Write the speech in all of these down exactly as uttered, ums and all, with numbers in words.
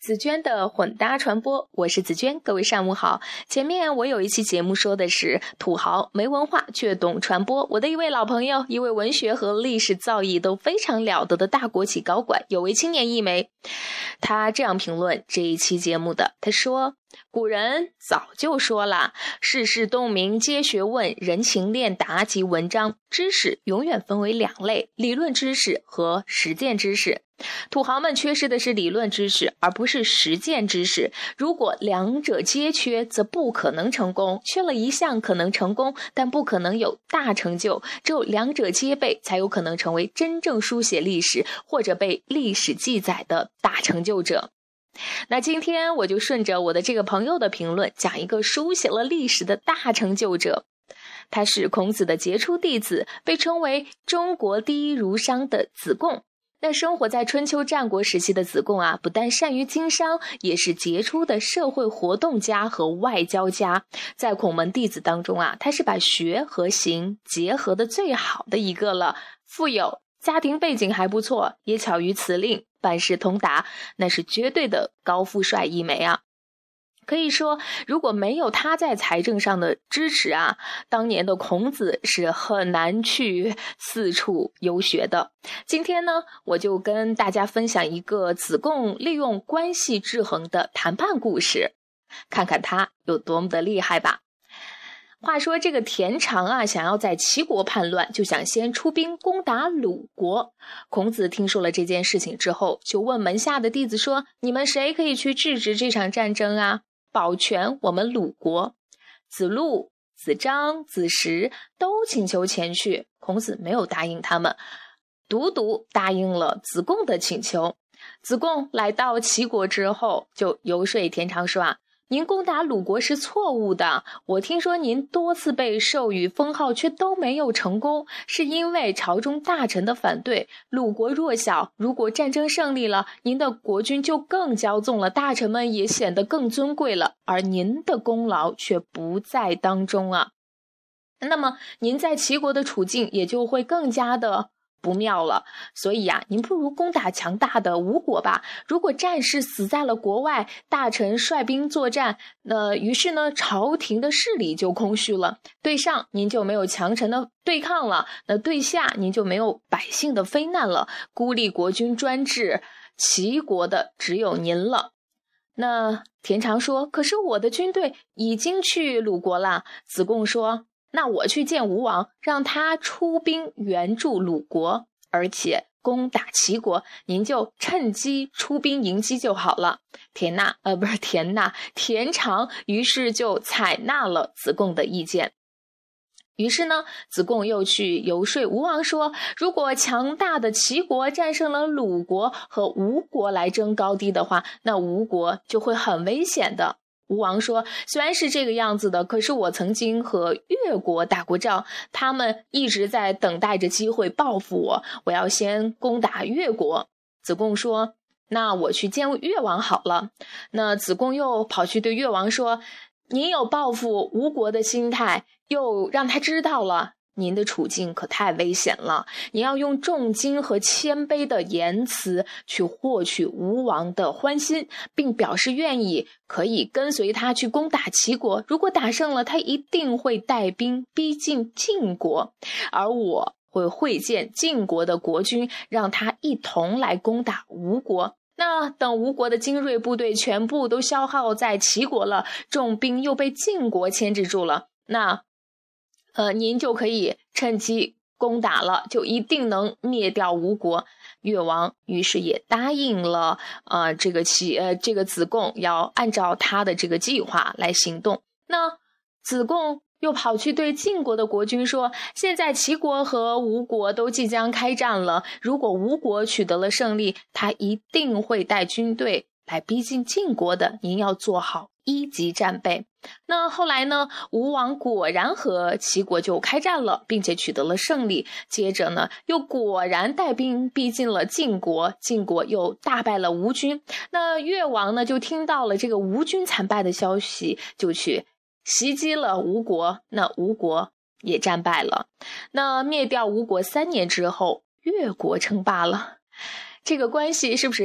紫娟的混搭传播，我是紫娟，各位上午好。前面我有一期节目说的是土豪没文化却懂传播，我的一位老朋友，一位文学和历史造诣都非常了得的大国企高管，有为青年一枚，他这样评论这一期节目的，他说，古人早就说了，世事洞明皆学问，人情练达即文章。知识永远分为两类，理论知识和实践知识。土豪们缺失的是理论知识，而不是实践知识。如果两者皆缺，则不可能成功。缺了一项可能成功，但不可能有大成就。只有两者皆备，才有可能成为真正书写历史或者被历史记载的大成就者。那今天我就顺着我的这个朋友的评论，讲一个书写了历史的大成就者。他是孔子的杰出弟子，被称为中国第一儒商的子贡。那生活在春秋战国时期的子贡啊，不但善于经商，也是杰出的社会活动家和外交家。在孔门弟子当中啊，他是把学和行结合的最好的一个了。富有，家庭背景还不错，也巧于辞令，办事通达，那是绝对的高富帅一枚啊。可以说，如果没有他在财政上的支持啊，当年的孔子是很难去四处游学的。今天呢，我就跟大家分享一个子贡利用关系制衡的谈判故事，看看他有多么的厉害吧。话说这个田常啊，想要在齐国叛乱，就想先出兵攻打鲁国。孔子听说了这件事情之后，就问门下的弟子说，你们谁可以去制止这场战争啊，保全我们鲁国？子路、子张、子时都请求前去，孔子没有答应他们，独独答应了子贡的请求。子贡来到齐国之后，就游说田常说啊，您攻打鲁国是错误的，我听说您多次被授予封号却都没有成功，是因为朝中大臣的反对。鲁国弱小，如果战争胜利了，您的国君就更骄纵了，大臣们也显得更尊贵了，而您的功劳却不在当中啊。那么您在齐国的处境也就会更加的不妙了，所以啊，您不如攻打强大的吴国吧。如果战士死在了国外，大臣率兵作战，那于是呢，朝廷的势力就空虚了。对上您就没有强臣的对抗了，那对下您就没有百姓的非难了。孤立国君专制齐国的只有您了。那田常说，可是我的军队已经去鲁国了。子贡说，那我去见吴王，让他出兵援助鲁国，而且攻打齐国，您就趁机出兵迎击就好了。田纳呃不是田纳田常于是就采纳了子贡的意见。于是呢，子贡又去游说吴王说，如果强大的齐国战胜了鲁国和吴国来争高低的话，那吴国就会很危险的。吴王说，虽然是这个样子的，可是我曾经和越国打过仗，他们一直在等待着机会报复我，我要先攻打越国。子贡说，那我去见越王好了。那子贡又跑去对越王说，您有报复吴国的心态，又让他知道了您的处境可太危险了，你要用重金和谦卑的言辞去获取吴王的欢心，并表示愿意可以跟随他去攻打齐国，如果打胜了，他一定会带兵逼近晋国，而我会会见晋国的国君，让他一同来攻打吴国。那等吴国的精锐部队全部都消耗在齐国了，重兵又被晋国牵制住了，那呃，您就可以趁机攻打了，就一定能灭掉吴国。越王于是也答应了，呃，这个齐呃这个子贡要按照他的这个计划来行动。那子贡又跑去对晋国的国君说，现在齐国和吴国都即将开战了，如果吴国取得了胜利，他一定会带军队来逼近晋国的，您要做好一级战备。那后来呢，吴王果然和齐国就开战了，并且取得了胜利，接着呢又果然带兵逼近了晋国，晋国又大败了吴军。那越王呢就听到了这个吴军惨败的消息，就去袭击了吴国，那吴国也战败了。那灭掉吴国三年之后，越国称霸了。这个关系是不是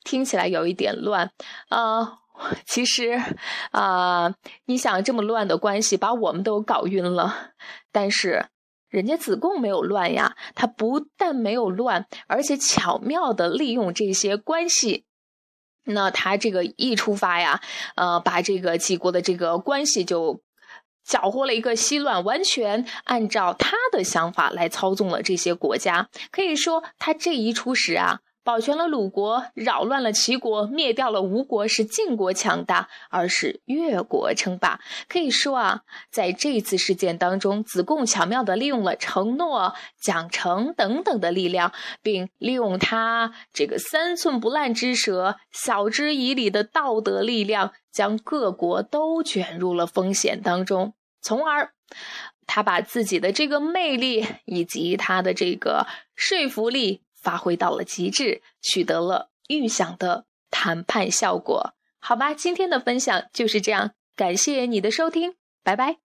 听起来有一点乱，呃，其实啊、呃，你想这么乱的关系把我们都搞晕了，但是人家子贡没有乱呀，他不但没有乱，而且巧妙地利用这些关系。那他这个一出发呀，呃，把这个几国的这个关系就搅和了一个稀乱，完全按照他的想法来操纵了这些国家。可以说他这一出使啊，保全了鲁国，扰乱了齐国，灭掉了吴国，使晋国强大，而使越国称霸。可以说啊，在这次事件当中，子贡巧妙地利用了承诺、奖惩等等的力量，并利用他这个三寸不烂之舌、晓之以理的道德力量，将各国都卷入了风险当中，从而他把自己的这个魅力以及他的这个说服力发挥到了极致，取得了预想的谈判效果。好吧，今天的分享就是这样，感谢你的收听，拜拜。